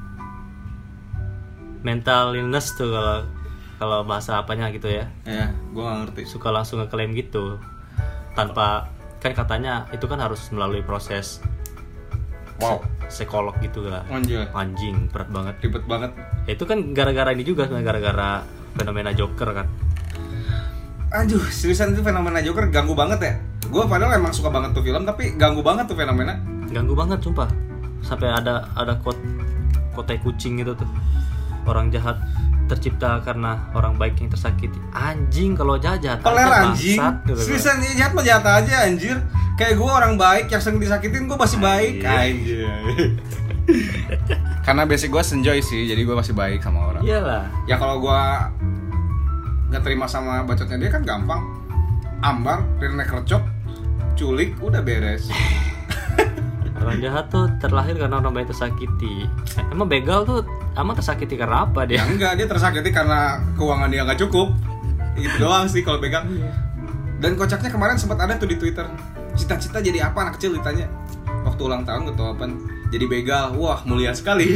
mental illness tuh kalau bahasa apanya gitu ya. Iya, gue gak ngerti. Suka langsung ngeklaim gitu tanpa, kan katanya itu kan harus melalui proses psikolog gitu lah. Anjing berat banget, ribet banget. Itu kan gara-gara ini juga, gara-gara fenomena Joker kan. Aduh, seriusan itu fenomena Joker ganggu banget ya. Gue padahal emang suka banget tuh film, tapi ganggu banget tuh fenomena. Ganggu banget sumpah. Sampai ada kotai kucing gitu tuh. Orang jahat tercipta karena orang baik yang tersakiti. Anjing, kalau jahat peler anjing. Seriusan jahat mah jahat aja anjir. Kayak gue orang baik yang sering disakitin gue masih baik. Anjir. Karena basic gue senjoy sih, jadi gue masih baik sama orang. Iyalah. Ya kalau gue nggak terima sama bacotnya dia kan gampang. Ambar, rirnek recok, culik, udah beres. Orang jahat tuh terlahir karena orang baik tersakiti. Emang begal tuh tersakiti karena apa dia? Ya enggak, dia tersakiti karena keuangan dia nggak cukup. Itu doang sih kalau begal. Dan kocaknya kemarin sempat ada tuh di Twitter. Cita-cita jadi apa anak kecil ditanya. Waktu ulang tahun gak tau apa. Jadi begal. Wah, mulia sekali.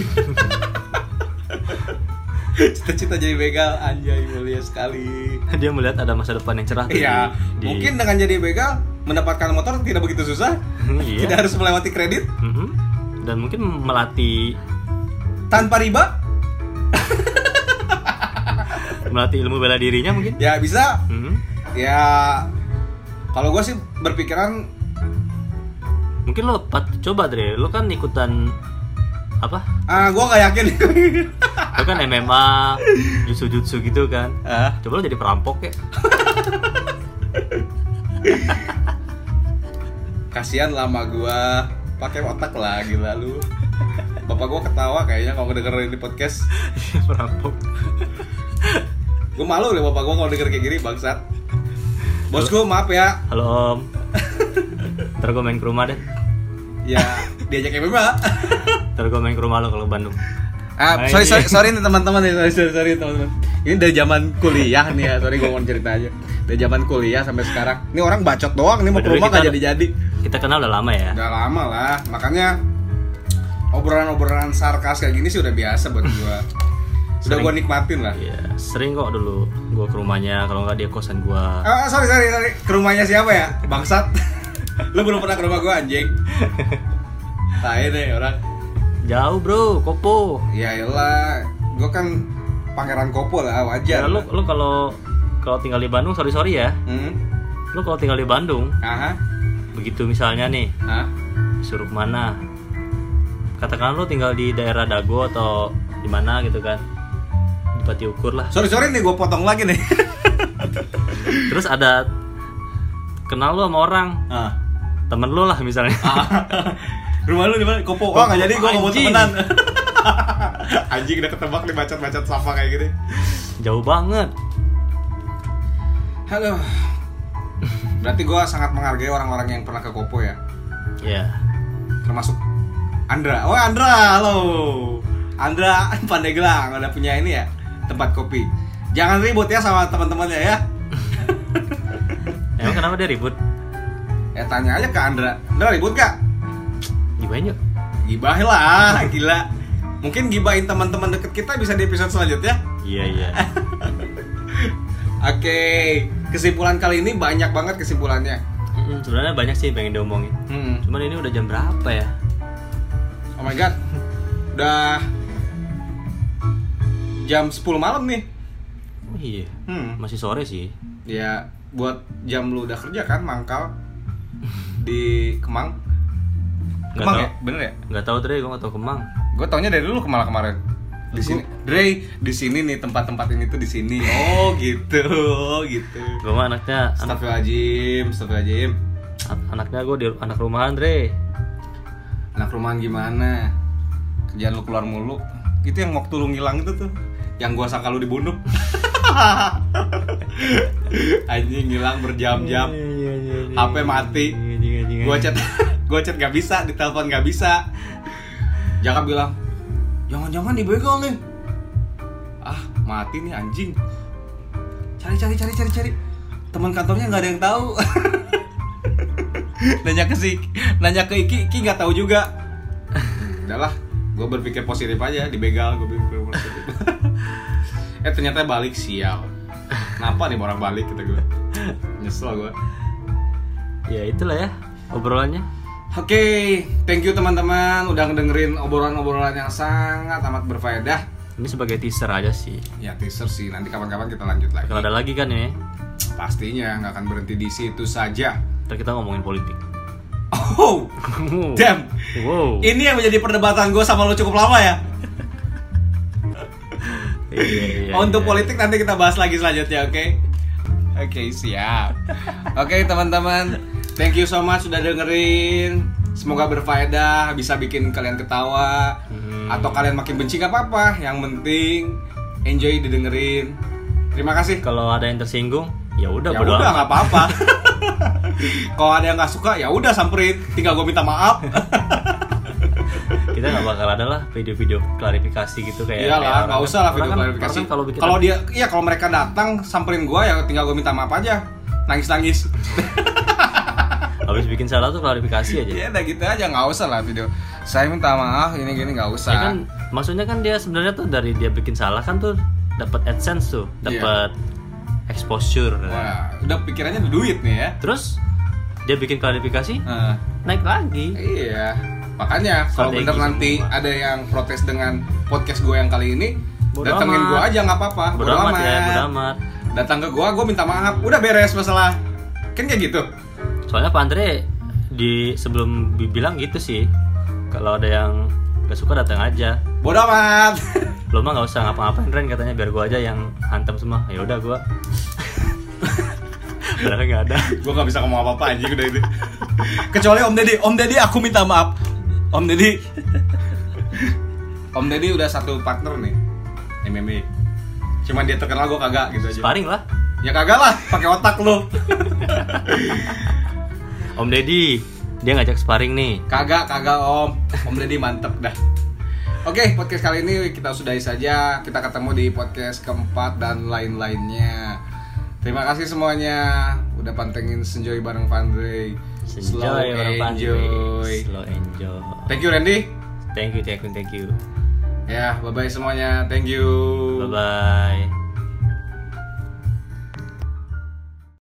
Cita-cita jadi begal, anjay mulia sekali. Dia melihat ada masa depan yang cerah. Iya. Mungkin dengan jadi begal mendapatkan motor tidak begitu susah. Iya. Tidak harus melewati kredit. Dan mungkin melatih tanpa riba. Melatih ilmu bela dirinya mungkin. Ya bisa. Ya kalau gue sih berpikiran mungkin lo coba Dre, lo kan ikutan apa? Gue nggak yakin. Lo kan MMA, jutsu gitu kan. Coba lo jadi perampok ya. Kasian lama gue pakai otak lah, gila lu. Bapak gue ketawa kayaknya kalau dengerin di podcast. Perampok. Gue malu deh bapak gue kalau denger kayak gini, bangsat. Bosku maaf ya. Halo Om. Ntar gue main ke rumah deh. Ya diajak MMA. Ntar gue main ke rumah lo kalau Bandung. Sorry nih teman-teman nih, sorry teman-teman. Ini dari zaman kuliah nih ya, sorry gue mau cerita aja. Dari zaman kuliah sampai sekarang. Ini orang bacot doang, nih mau ke rumah gak jadi-jadi. Kita kenal udah lama ya? Udah lama lah, makanya obrolan sarkas kayak gini sih udah biasa buat gue. Udah gue nikmatin lah. Iya, sering kok dulu gue ke rumahnya, kalau nggak dia kosan gue. Sorry. Ke rumahnya siapa ya? Bangsat. Lu belum pernah ke rumah gue anjing. Tai deh orang. Jauh bro, Kopo. Ya iyalah, gue kan pangeran Kopo lah, wajar. Ya, lu kalau tinggal di Bandung, sorry ya. Lu kalau tinggal di Bandung, begitu misalnya nih, disuruh kemana? Katakan lu tinggal di daerah Dago atau di mana gitu kan? Pati ukur lah. Sorry nih, gue potong lagi nih. Terus ada kenal lu sama orang, temen lu lah misalnya. Rumah lu di mana? Kopo. Oh nggak jadi, gue nggak mau temenan. Anjing udah ketebak nih bacot sampah kayak gini. Jauh banget. Halo. Berarti gue sangat menghargai orang-orang yang pernah ke Kopo ya. Iya. Termasuk Andra. Oh Andra, halo. Andra Pandeglang udah punya ini ya, tempat kopi. Jangan ribut ya sama teman-temannya ya. Emang kenapa dia ribut? Ya tanya aja ke Andra. Andra ribut gak? Gibahin yuk. Gibah lah, gila. Mungkin gibahin teman-teman deket kita bisa di episode selanjutnya. Iya. Oke, kesimpulan kali ini banyak banget kesimpulannya. Sebenarnya banyak sih pengen diomongin. Cuman ini udah jam berapa ya? Oh my god. Udah jam 10 malam nih. Oh iya. Masih sore sih. Ya, buat jam lu udah kerja kan mangkal di Kemang. Kemang ya? Bener ya? Gak tau Dre, gue gak tau Kemang. Gue taunya dari dulu Kemang kemarin. Di sini, Dre, di sini nih tempat-tempat ini tuh di sini. Oh gitu, gitu. Gue mah anaknya Astagfirullahaladzim. Anaknya gue di anak rumahan, Dre. Anak rumahan gimana? Kerjaan lu keluar mulu. Itu yang waktu lu ngilang itu tuh, yang gua sangka lu dibunuh. Anjing ngilang berjam-jam. HP mati. Gua chat gak bisa, ditelepon gak bisa. Jaka bilang, jangan-jangan dibegal nih. Ah, mati nih anjing. Cari. Teman kantornya nggak ada yang tahu. nanya ke Iki nggak tahu juga. Udahlah, gue berpikir positif aja, dibegal gue berpikir positif. Ternyata balik, sial. Kenapa nih orang balik kata gue. Nyesel gue. Ya itulah ya obrolannya. Oke, thank you teman-teman udah ngedengerin obrolan-obrolan yang sangat amat berfaedah. Ini sebagai teaser aja sih. Ya teaser sih, nanti kapan-kapan kita lanjut lagi. Kalau ada lagi kan ya? Pastinya nggak akan berhenti di situ saja. Ntar kita ngomongin politik. Oh, damn. Wow. Ini yang menjadi perdebatan gue sama lo cukup lama ya. Iya, Untuk politik nanti kita bahas lagi selanjutnya, oke? Oke, siap. Oke, teman-teman, thank you so much sudah dengerin. Semoga berfaedah, bisa bikin kalian ketawa atau kalian makin benci gak apa-apa. Yang penting enjoy didengerin. Terima kasih. Kalau ada yang tersinggung, ya udah nggak apa-apa. Kalau ada yang nggak suka, ya udah samperin. Tinggal gue minta maaf. Kita nggak bakal ada lah video-video klarifikasi gitu kayak. Iyalah, nggak usah lah video klarifikasi. Kalau mereka datang samperin gue, ya tinggal gue minta maaf aja. Nangis. Habis bikin salah tuh klarifikasi aja. Iya, udah gitu aja, nggak usah lah video. Saya minta maaf, ini nggak usah. Ya kan, maksudnya kan dia sebenarnya tuh dari dia bikin salah kan tuh dapat AdSense tuh, dapat exposure. Wah, udah pikirannya ada duit nih ya. Terus dia bikin klarifikasi, naik lagi. Iya. Makanya kalau bener nanti ada yang protes dengan podcast gue yang kali ini, datengin gue aja nggak apa-apa. Bodo amat. Datang ke gue minta maaf, udah beres masalah. Kan kayak gitu. Soalnya Pak Andre sebelum bilang gitu sih, kalau ada yang gak suka datang aja. Bodo amat. Lo mah nggak usah ngapa-ngapain Ren, katanya biar gue aja yang hantem semua. Ya udah gue. Padahal nggak ada. Gue nggak bisa ngomong apa-apa anjing udah itu. Kecuali Om Deddy aku minta maaf. Om Deddy udah satu partner nih MMA. Cuman dia terkenal, gue kagak gitu aja. Sparring lah. Ya kagak lah, pakai otak lu. Om Deddy, dia ngajak sparring nih. Kagak Om. Om Deddy mantep dah. Oke, podcast kali ini kita sudahi saja. Kita ketemu di podcast keempat dan lain-lainnya. Terima kasih semuanya udah pantengin Senjoy bareng Pandre. Slow enjoy. Thank you Randy. Thank you. Ya, bye-bye semuanya. Thank you. Bye-bye.